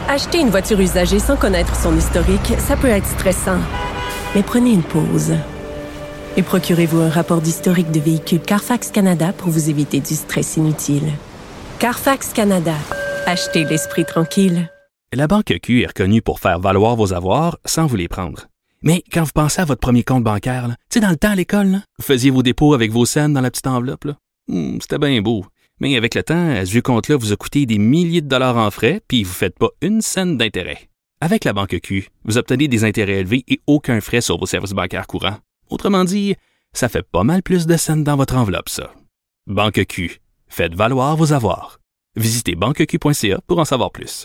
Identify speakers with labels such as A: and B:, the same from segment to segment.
A: Acheter une voiture usagée sans connaître son historique, ça peut être stressant. Mais prenez une pause. Et procurez-vous un rapport d'historique de véhicule Carfax Canada pour vous éviter du stress inutile. Carfax Canada. Achetez l'esprit tranquille.
B: La Banque Q est reconnue pour faire valoir vos avoirs sans vous les prendre. Mais quand vous pensez à votre premier compte bancaire, tu sais, dans le temps à l'école, là, vous faisiez vos dépôts avec vos scènes dans la petite enveloppe. Là. C'était bien beau. Mais avec le temps, ce vieux compte-là vous a coûté des milliers de dollars en frais, puis vous ne faites pas une scène d'intérêt. Avec la Banque Q, vous obtenez des intérêts élevés et aucun frais sur vos services bancaires courants. Autrement dit, ça fait pas mal plus de scènes dans votre enveloppe, ça. Banque Q. Faites valoir vos avoirs. Visitez banqueq.ca pour en savoir plus.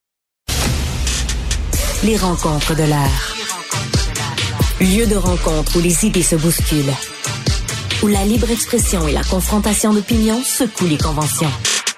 C: Les rencontres de l'heure. Lieu de rencontre où les idées se bousculent. Où la libre expression et la confrontation d'opinions secouent les conventions.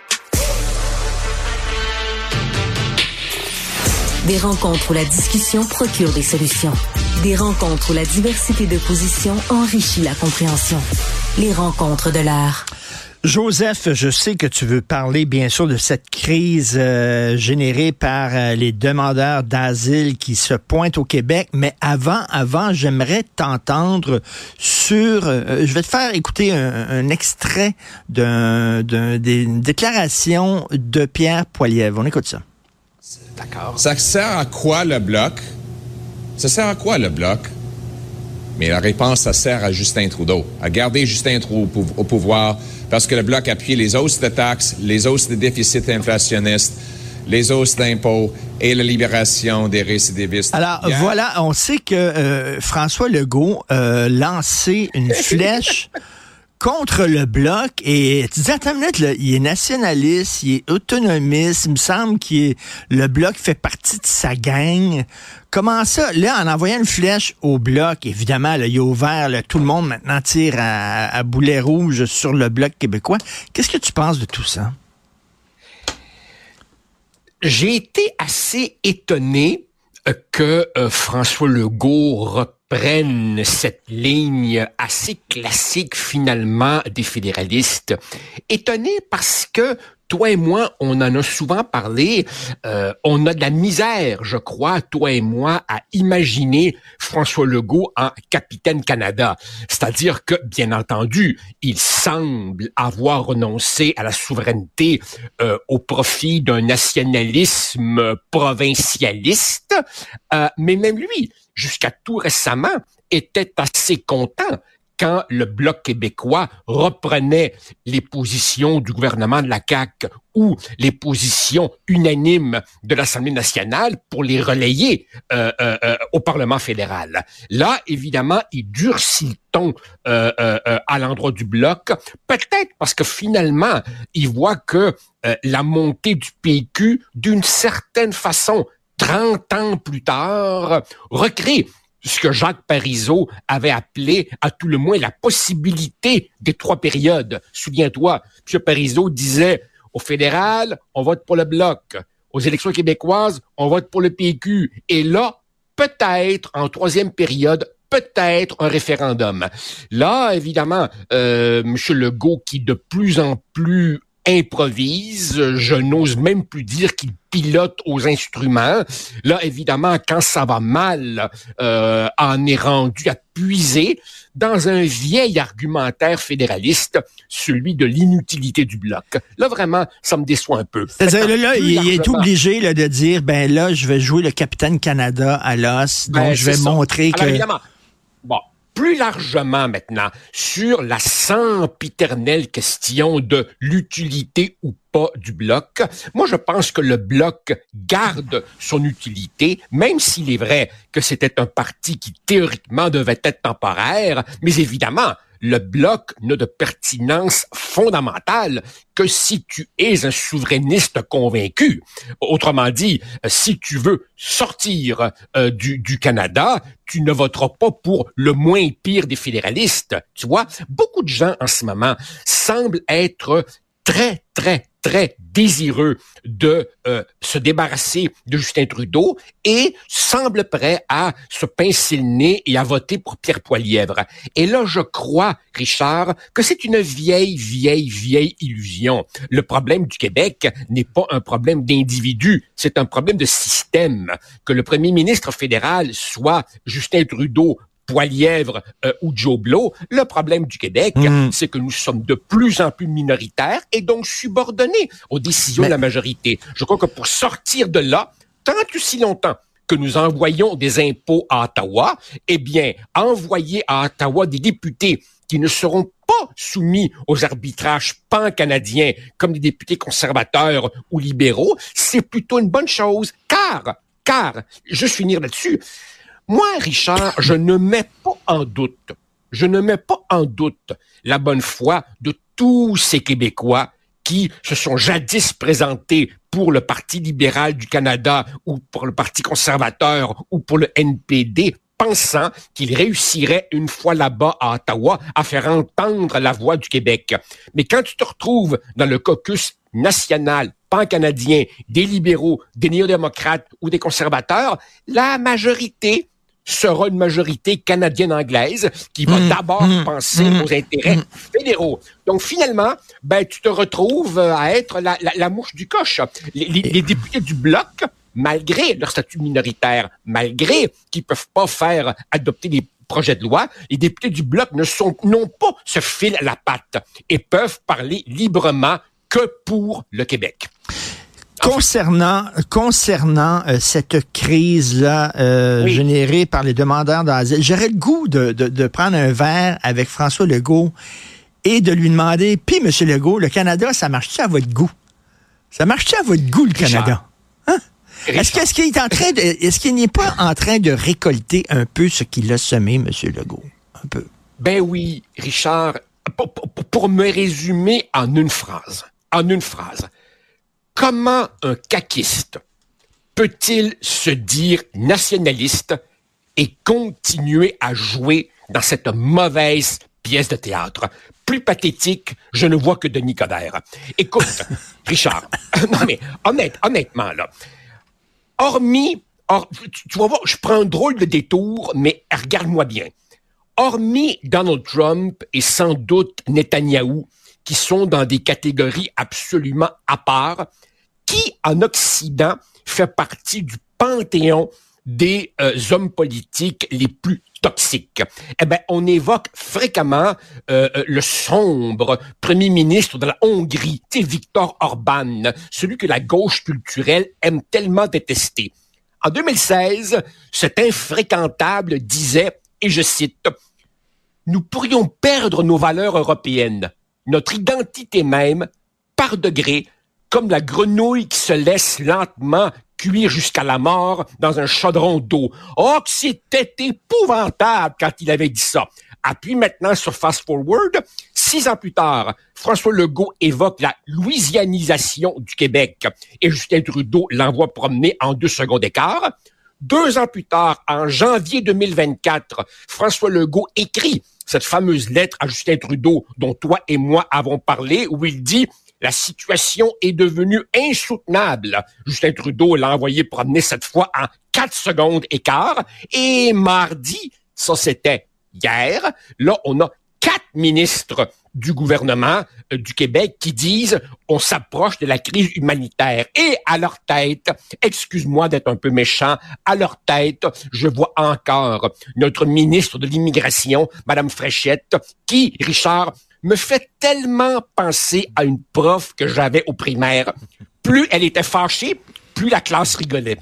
C: Des rencontres où la discussion procure des solutions. Des rencontres où la diversité de positions enrichit la compréhension. Les rencontres de l'heure.
D: Joseph, je sais que tu veux parler bien sûr de cette crise générée par les demandeurs d'asile qui se pointent au Québec, mais avant, j'aimerais t'entendre sur... je vais te faire écouter un extrait d'une déclaration de Pierre Poilievre. On écoute ça.
E: D'accord. Ça sert à quoi le Bloc? Ça sert à quoi le Bloc? Mais la réponse, ça sert à Justin Trudeau, à garder Justin Trudeau au pouvoir, parce que le Bloc appuie les hausses de taxes, les hausses de déficit inflationniste, les hausses d'impôts et la libération des récidivistes.
D: Alors voilà, on sait que François Legault a lancé une flèche contre le Bloc, et tu dis, attends une minute, là, il est nationaliste, il est autonomiste, il me semble que le Bloc fait partie de sa gang. Comment ça? Là, en envoyant une flèche au Bloc, évidemment, là, il a ouvert, là, tout le monde maintenant tire à boulet rouge sur le Bloc québécois. Qu'est-ce que tu penses de tout ça?
F: J'ai été assez étonné que François Legault reprenne cette ligne assez classique finalement des fédéralistes. Étonné parce que toi et moi, on en a souvent parlé, on a de la misère, je crois, toi et moi, à imaginer François Legault en capitaine Canada. C'est-à-dire que, bien entendu, il semble avoir renoncé à la souveraineté au profit d'un nationalisme provincialiste, mais même lui, jusqu'à tout récemment, était assez content quand le Bloc québécois reprenait les positions du gouvernement de la CAQ ou les positions unanimes de l'Assemblée nationale pour les relayer au Parlement fédéral. Là, évidemment, il durcit le ton à l'endroit du Bloc, peut-être parce que finalement, il voit que la montée du PQ, d'une certaine façon, 30 ans plus tard, recrée ce que Jacques Parizeau avait appelé, à tout le moins, la possibilité des 3 périodes. Souviens-toi, M. Parizeau disait, au fédéral, on vote pour le Bloc. Aux élections québécoises, on vote pour le PQ. Et là, peut-être, en 3e période, peut-être un référendum. Là, évidemment, M. Legault, qui de plus en plus improvise, je n'ose même plus dire qu'il pilote aux instruments. Là, évidemment, quand ça va mal, en est rendu à puiser dans un vieil argumentaire fédéraliste, celui de l'inutilité du Bloc. Là, vraiment, ça me déçoit un peu.
D: C'est-à-dire, là, il est obligé là, de dire, ben là, je vais jouer le capitaine Canada à l'os, donc je vais montrer que...
F: Alors, évidemment, bon, plus largement maintenant, sur la sempiternelle question de l'utilité ou pas du Bloc, moi je pense que le Bloc garde son utilité, même s'il est vrai que c'était un parti qui théoriquement devait être temporaire, mais évidemment, le Bloc n'a de pertinence fondamentale que si tu es un souverainiste convaincu. Autrement dit, si tu veux sortir du Canada, tu ne voteras pas pour le moins pire des fédéralistes. Tu vois, beaucoup de gens en ce moment semblent être très, très très désireux de se débarrasser de Justin Trudeau et semble prêt à se pincer le nez et à voter pour Pierre Poilievre. Et là, je crois, Richard, que c'est une vieille illusion. Le problème du Québec n'est pas un problème d'individu, c'est un problème de système. Que le premier ministre fédéral soit Justin Trudeau, Poilievre ou Joe Blow, le problème du Québec, c'est que nous sommes de plus en plus minoritaires et donc subordonnés aux décisions de la majorité. Je crois que pour sortir de là, tant aussi longtemps que nous envoyons des impôts à Ottawa, eh bien, envoyer à Ottawa des députés qui ne seront pas soumis aux arbitrages pan-canadiens comme des députés conservateurs ou libéraux, c'est plutôt une bonne chose, car, je vais finir là-dessus, moi, Richard, je ne mets pas en doute la bonne foi de tous ces Québécois qui se sont jadis présentés pour le Parti libéral du Canada ou pour le Parti conservateur ou pour le NPD, pensant qu'ils réussiraient une fois là-bas à Ottawa à faire entendre la voix du Québec. Mais quand tu te retrouves dans le caucus national pan-canadien des libéraux, des néo-démocrates ou des conservateurs, la majorité sera une majorité canadienne-anglaise qui va d'abord penser aux intérêts fédéraux. Donc, finalement, tu te retrouves à être la mouche du coche. Les députés du Bloc, malgré leur statut minoritaire, malgré qu'ils peuvent pas faire adopter des projets de loi, les députés du Bloc n'ont pas ce fil à la patte et peuvent parler librement que pour le Québec.
D: Concernant cette crise-là générée par les demandeurs d'asile, j'aurais le goût de prendre un verre avec François Legault et de lui demander, puis M. Legault, le Canada, ça marche-tu à votre goût? Ça marche-tu à votre goût, le Canada? Hein? Est-ce qu'il n'est pas en train de récolter un peu ce qu'il a semé, M. Legault? Un peu.
F: Ben oui, Richard, pour me résumer en une phrase. Comment un caquiste peut-il se dire nationaliste et continuer à jouer dans cette mauvaise pièce de théâtre? Plus pathétique, je ne vois que Denis Coderre. Écoute, Richard, non mais honnêtement, là, tu vas voir, je prends un drôle de détour, mais regarde-moi bien. Hormis Donald Trump et sans doute Netanyahou, qui sont dans des catégories absolument à part, qui, en Occident, fait partie du panthéon des hommes politiques les plus toxiques. Eh ben, on évoque fréquemment le sombre premier ministre de la Hongrie, Viktor Orban, celui que la gauche culturelle aime tellement détester. En 2016, cet infréquentable disait, et je cite, « Nous pourrions perdre nos valeurs européennes, notre identité même, par degrés, comme la grenouille qui se laisse lentement cuire jusqu'à la mort dans un chaudron d'eau. » Oh, que c'était épouvantable quand il avait dit ça. Ah, puis maintenant, sur Fast Forward, 6 ans plus tard, François Legault évoque la louisianisation du Québec et Justin Trudeau l'envoie promener en 2 secondes d'écart. 2 ans plus tard, en janvier 2024, François Legault écrit cette fameuse lettre à Justin Trudeau dont toi et moi avons parlé, où il dit « La situation est devenue insoutenable ». Justin Trudeau l'a envoyé promener cette fois en 4 secondes écart. Et mardi, ça c'était hier, là on a 4 ministres du gouvernement du Québec qui disent « On s'approche de la crise humanitaire ». Et à leur tête, excuse-moi d'être un peu méchant, à leur tête, je vois encore notre ministre de l'Immigration, Madame Fréchette, qui, Richard, me fait tellement penser à une prof que j'avais au primaire. Plus elle était fâchée, plus la classe rigolait.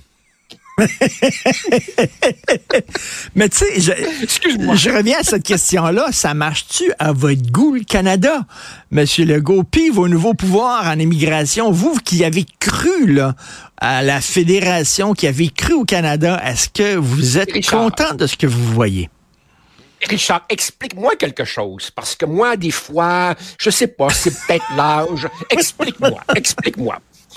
D: Mais tu sais, je reviens à cette question-là. Ça marche-tu à votre goût, le Canada, M. Legault? Puis vos nouveaux pouvoirs en immigration, vous qui avez cru là, à la fédération, qui avez cru au Canada, est-ce que vous êtes content de ce que vous voyez?
F: Richard, explique-moi quelque chose, parce que moi, des fois, je sais pas, c'est peut-être l'âge. Explique-moi.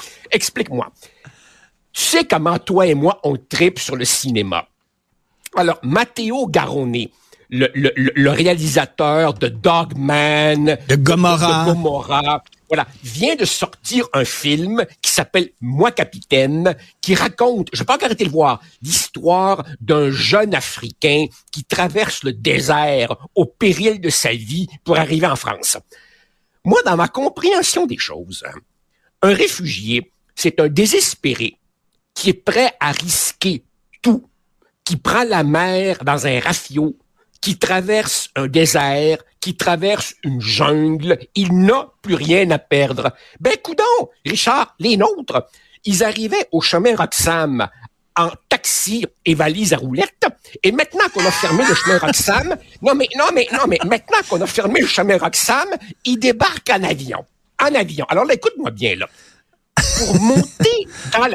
F: Tu sais comment toi et moi, on tripe sur le cinéma. Alors, Matteo Garrone, le réalisateur de Dogman,
D: de Gomorrah,
F: vient de sortir un film qui s'appelle Moi Capitaine, qui raconte, je n'ai pas encore arrêté de le voir, l'histoire d'un jeune Africain qui traverse le désert au péril de sa vie pour arriver en France. Moi, dans ma compréhension des choses, un réfugié, c'est un désespéré qui est prêt à risquer tout, qui prend la mer dans un rafiot, qui traverse un désert, qui traverse une jungle, il n'a plus rien à perdre. Ben, coudonc, Richard, les nôtres, ils arrivaient au chemin Roxham en taxi et valise à roulettes, et maintenant qu'on a fermé le chemin Roxham, maintenant qu'on a fermé le chemin Roxham, ils débarquent en avion. En avion. Alors là, écoute-moi bien, là. Pour monter dans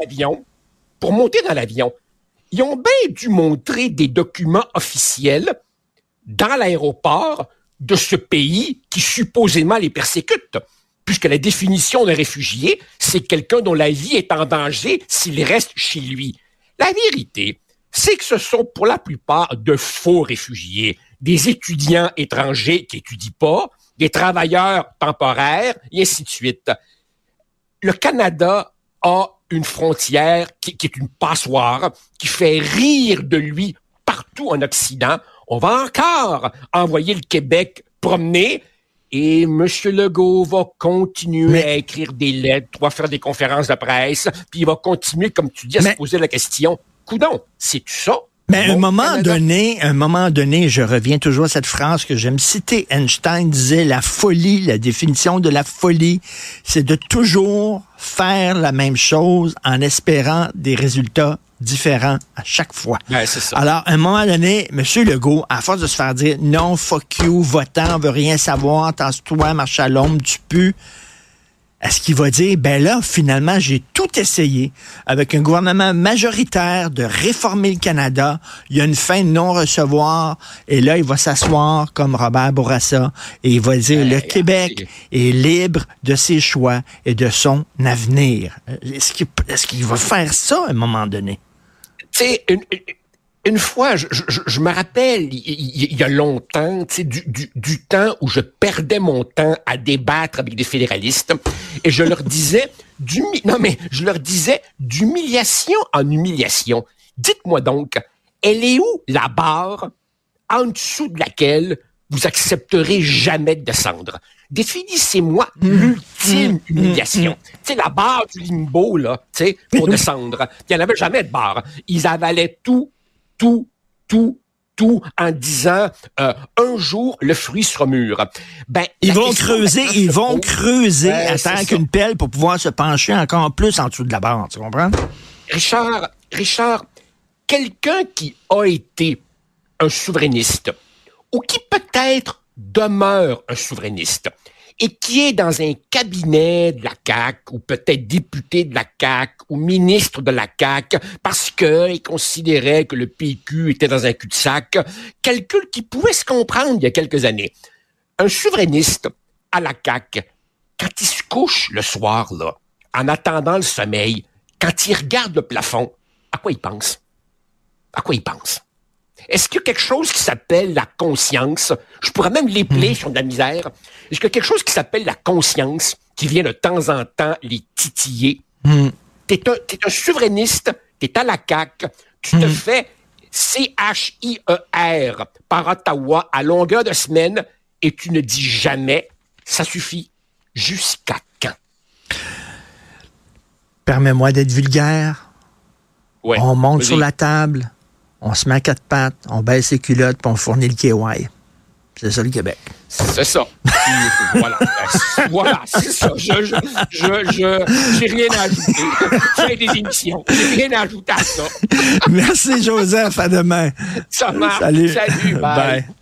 F: l'avion, ils ont bien dû montrer des documents officiels dans l'aéroport de ce pays qui supposément les persécute, puisque la définition d'un réfugié, c'est quelqu'un dont la vie est en danger s'il reste chez lui. La vérité, c'est que ce sont pour la plupart de faux réfugiés, des étudiants étrangers qui étudient pas, des travailleurs temporaires, et ainsi de suite. Le Canada a une frontière qui est une passoire, qui fait rire de lui partout en Occident. On va encore envoyer le Québec promener et M. Legault va continuer à écrire des lettres, va faire des conférences de presse, puis il va continuer, comme tu dis, à se poser la question. Coudonc, c'est tout ça?
D: Mais à un moment donné, je reviens toujours à cette phrase que j'aime citer. Einstein disait la définition de la folie, c'est de toujours faire la même chose en espérant des résultats différents à chaque fois.
F: Ben, c'est ça.
D: Alors, à un moment donné, M. Legault, à force de se faire dire non, fuck you, votant, on veut rien savoir, tasse-toi, marche à l'ombre, tu pues. Est-ce qu'il va dire, ben là, finalement, j'ai tout essayé avec un gouvernement majoritaire de réformer le Canada. Il y a une fin de non-recevoir. Et là, il va s'asseoir comme Robert Bourassa et il va dire, le Québec est libre de ses choix et de son avenir. Est-ce qu'il va faire ça à un moment donné?
F: Tu sais, une fois, je me rappelle, il y a longtemps, tu sais, du temps où je perdais mon temps à débattre avec des fédéralistes, et je leur disais, d'humiliation en humiliation. Dites-moi donc, elle est où la barre en dessous de laquelle vous accepterez jamais de descendre? Définissez-moi l'ultime humiliation. Tu sais, la barre du limbo, là, tu sais, pour descendre. Il n'y en avait jamais de barre. Ils avalaient tout en disant un jour le fruit sera mur. Ben,
D: ils vont creuser à terre qu'une pelle pour pouvoir se pencher encore plus en dessous de la barre, tu comprends?
F: Richard, quelqu'un qui a été un souverainiste ou qui peut-être demeure un souverainiste et qui est dans un cabinet de la CAQ, ou peut-être député de la CAQ, ou ministre de la CAQ, parce qu'il considérait que le PQ était dans un cul-de-sac, calcul qui pouvait se comprendre il y a quelques années. Un souverainiste à la CAQ, quand il se couche le soir, là, en attendant le sommeil, quand il regarde le plafond, à quoi il pense? À quoi il pense? Est-ce qu'il y a quelque chose qui s'appelle la conscience? Je pourrais même l'épeler sur de la misère. Est-ce qu'il y a quelque chose qui s'appelle la conscience qui vient de temps en temps les titiller? T'es un souverainiste, t'es à la CAQ, tu te fais CHIER par Ottawa à longueur de semaine et tu ne dis jamais « ça suffit ». Jusqu'à quand?
D: Permets-moi d'être vulgaire.
F: Ouais,
D: on monte sur la table. On se met à quatre pattes, on baisse les culottes, puis on fournit le KY. C'est ça, le Québec.
F: C'est ça. Voilà, c'est ça. J'ai rien à ajouter. J'ai des émissions. J'ai rien à ajouter à ça.
D: Merci, Joseph. À demain.
F: Ça marche.
D: Salut.
F: Salut. Bye.